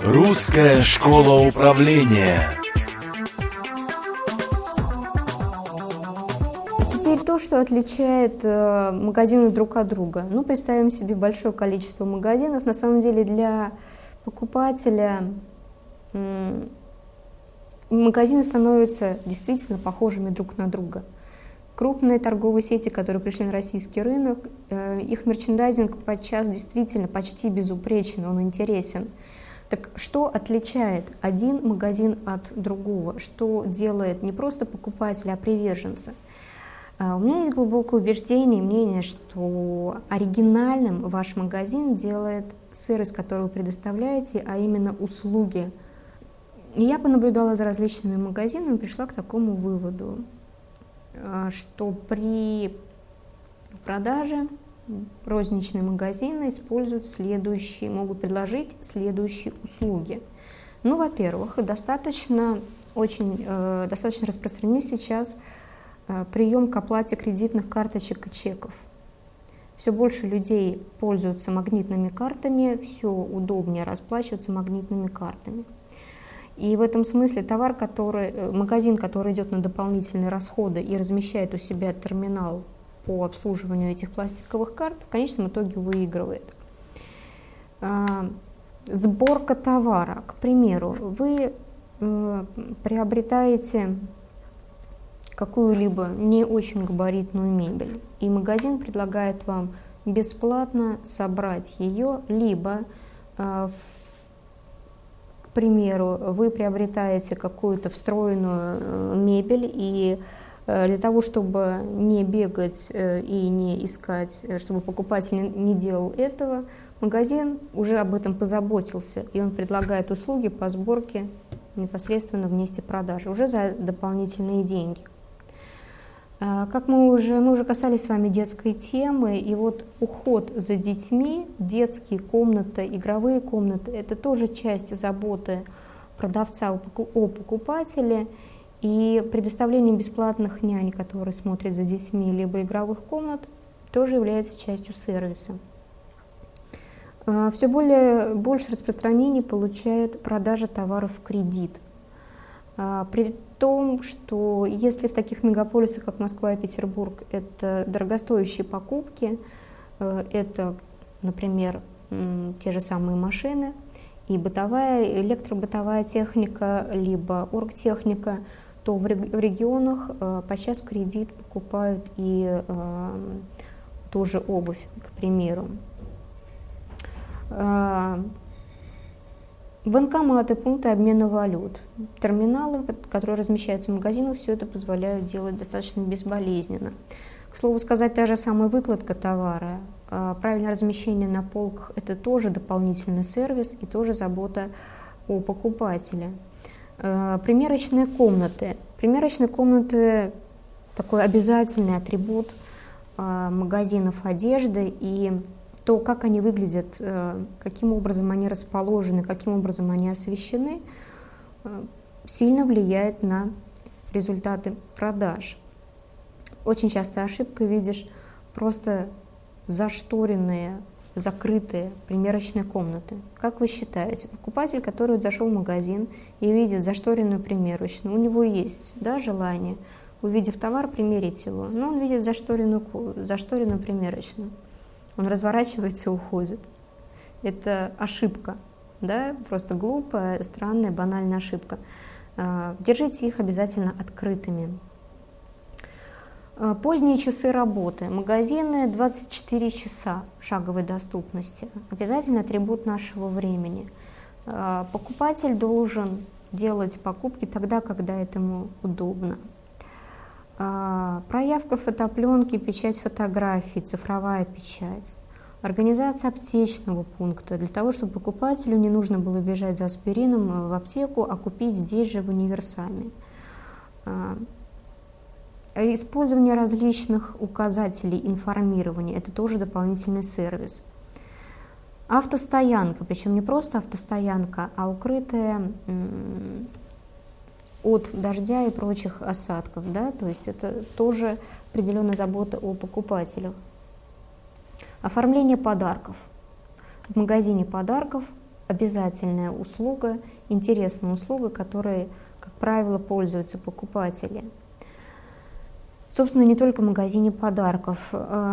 Русская школа управления. Теперь то, что отличает магазины друг от друга. Ну, представим себе большое количество магазинов. На самом деле для покупателя магазины становятся действительно похожими друг на друга. Крупные торговые сети, которые пришли на российский рынок, их мерчендайзинг подчас действительно почти безупречен, он интересен. Так что отличает один магазин от другого? Что делает не просто покупателя, а приверженца? У меня есть глубокое убеждение и мнение, что оригинальным ваш магазин делает сервис, который вы предоставляете, а именно услуги. И я понаблюдала за различными магазинами и пришла к такому выводу, что при продаже розничные магазины могут предложить следующие услуги. Ну, во-первых, достаточно распространен сейчас прием к оплате кредитных карточек и чеков. Все больше людей пользуются магнитными картами, все удобнее расплачиваться магнитными картами. И в этом смысле магазин, который идет на дополнительные расходы и размещает у себя терминал по обслуживанию этих пластиковых карт, в конечном итоге выигрывает. Сборка товара. К примеру, вы приобретаете какую-либо не очень габаритную мебель, и магазин предлагает вам бесплатно собрать ее, либо к примеру, вы приобретаете какую-то встроенную мебель, и для того, чтобы не бегать и не искать, чтобы покупатель не делал этого, магазин уже об этом позаботился, и он предлагает услуги по сборке непосредственно в месте продажи, уже за дополнительные деньги. Как мы уже касались с вами детской темы, и вот уход за детьми, детские комнаты, игровые комнаты – это тоже часть заботы продавца о покупателе, и предоставление бесплатных нянь, которые смотрят за детьми, либо игровых комнат, тоже является частью сервиса. Все больше распространения получает продажа товаров в кредит. При том, что если в таких мегаполисах, как Москва и Петербург, это дорогостоящие покупки, это, например, те же самые машины и электробытовая техника, либо оргтехника, то в регионах подчас в кредит покупают и тоже обувь, к примеру. Банкоматы, пункты обмена валют, терминалы, которые размещаются в магазинах, все это позволяют делать достаточно безболезненно. К слову сказать, та же самая выкладка товара, правильное размещение на полках – это тоже дополнительный сервис и тоже забота о покупателе. Примерочные комнаты. Примерочные комнаты – такой обязательный атрибут магазинов одежды, и то, как они выглядят, каким образом они расположены, каким образом они освещены, сильно влияет на результаты продаж. Очень часто ошибка, видишь просто зашторенные, закрытые примерочные комнаты. Как вы считаете, покупатель, который зашел в магазин и видит зашторенную примерочную, у него есть желание, увидев товар, примерить его, но он видит зашторенную примерочную. Он разворачивается и уходит. Это ошибка, просто глупая, странная, банальная ошибка. Держите их обязательно открытыми. Поздние часы работы. Магазины 24 часа шаговой доступности. Обязательно атрибут нашего времени. Покупатель должен делать покупки тогда, когда это ему удобно. Проявка фотопленки, печать фотографий, цифровая печать. Организация аптечного пункта для того, чтобы покупателю не нужно было бежать за аспирином в аптеку, а купить здесь же в универсаме. Использование различных указателей информирования – это тоже дополнительный сервис. Автостоянка, причем не просто автостоянка, а укрытая от дождя и прочих осадков, то есть это тоже определенная забота о покупателях. Оформление подарков. В магазине подарков обязательная услуга, интересная услуга, которой, как правило, пользуются покупатели. Собственно, не только в магазине подарков.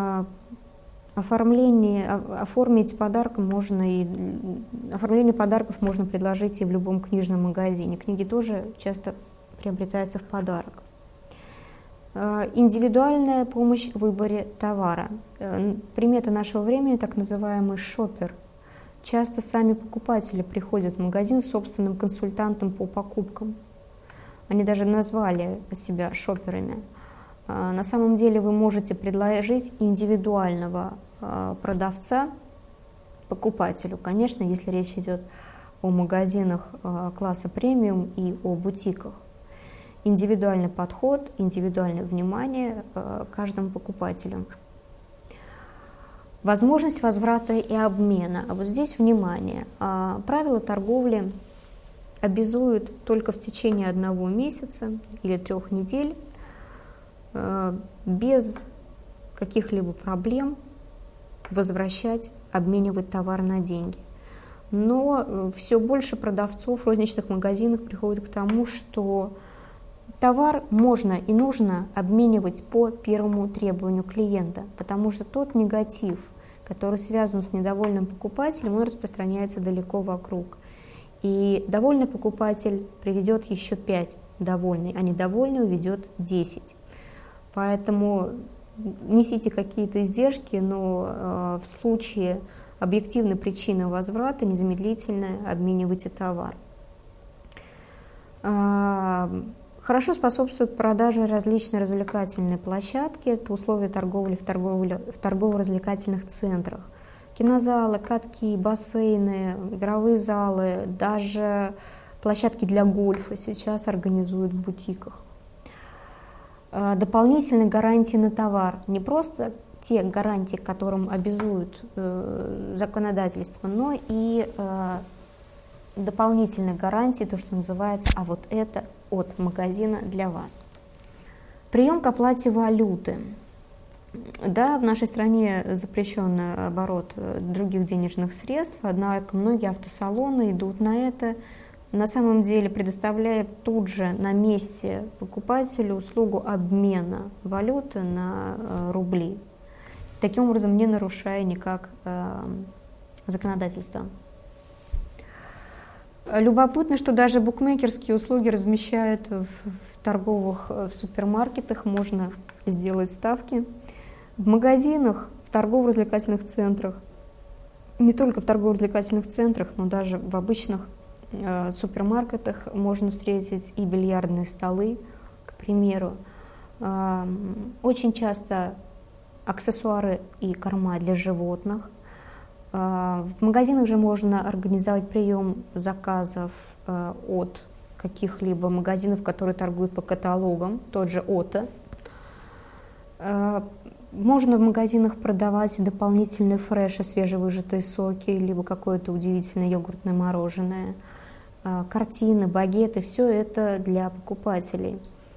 Оформить подарок оформление подарков можно предложить и в любом книжном магазине. Книги тоже часто приобретаются в подарок. Индивидуальная помощь в выборе товара. Примета нашего времени, так называемый шоппер. Часто сами покупатели приходят в магазин с собственным консультантом по покупкам. Они даже назвали себя шопперами. На самом деле вы можете предложить индивидуального продавца покупателю, конечно, если речь идет о магазинах класса премиум и о бутиках. Индивидуальный подход, индивидуальное внимание каждому покупателю. Возможность возврата и обмена. А вот здесь внимание. Правила торговли обязуют только в течение 1 месяца или 3 недель без каких-либо проблем возвращать, обменивать товар на деньги. Но все больше продавцов в розничных магазинах приходит к тому, что товар можно и нужно обменивать по первому требованию клиента, потому что тот негатив, который связан с недовольным покупателем, он распространяется далеко вокруг. И довольный покупатель приведет еще 5 довольный, а недовольный уведет 10. Поэтому несите какие-то издержки, но в случае объективной причины возврата незамедлительно обменивайте товар. Хорошо способствуют продаже различные развлекательные площадки, это условия торговли в торгово-развлекательных центрах. Кинозалы, катки, бассейны, игровые залы, даже площадки для гольфа сейчас организуют в бутиках. Дополнительные гарантии на товар. Не просто те гарантии, к которым обязует законодательство, но и дополнительные гарантии, то, что называется «а вот это от магазина для вас». Прием к оплате валюты. Да, в нашей стране запрещен оборот других денежных средств, однако многие автосалоны идут на это, на самом деле предоставляя тут же на месте покупателю услугу обмена валюты на рубли, таким образом не нарушая никак законодательство. Любопытно, что даже букмекерские услуги размещают в супермаркетах, можно сделать ставки. В магазинах, в торгово-развлекательных центрах, не только в торгово-развлекательных центрах, но даже в обычных супермаркетах можно встретить и бильярдные столы, к примеру. Очень часто аксессуары и корма для животных. В магазинах же можно организовать прием заказов от каких-либо магазинов, которые торгуют по каталогам, тот же Ото. Можно в магазинах продавать дополнительные фреши, свежевыжатые соки, либо какое-то удивительное йогуртное мороженое, картины, багеты, все это для покупателей.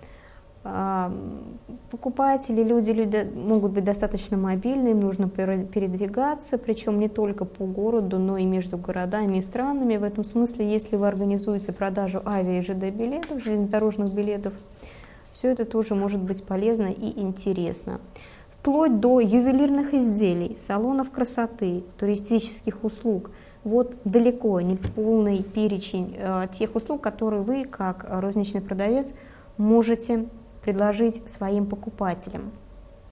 Покупатели, люди могут быть достаточно мобильны, им нужно передвигаться, причем не только по городу, но и между городами и странами. В этом смысле, если вы организуете продажу авиа- и ЖД-билетов, железнодорожных билетов, все это тоже может быть полезно и интересно. Вплоть до ювелирных изделий, салонов красоты, туристических услуг. Вот далеко не полный перечень тех услуг, которые вы, как розничный продавец, можете предложить своим покупателям.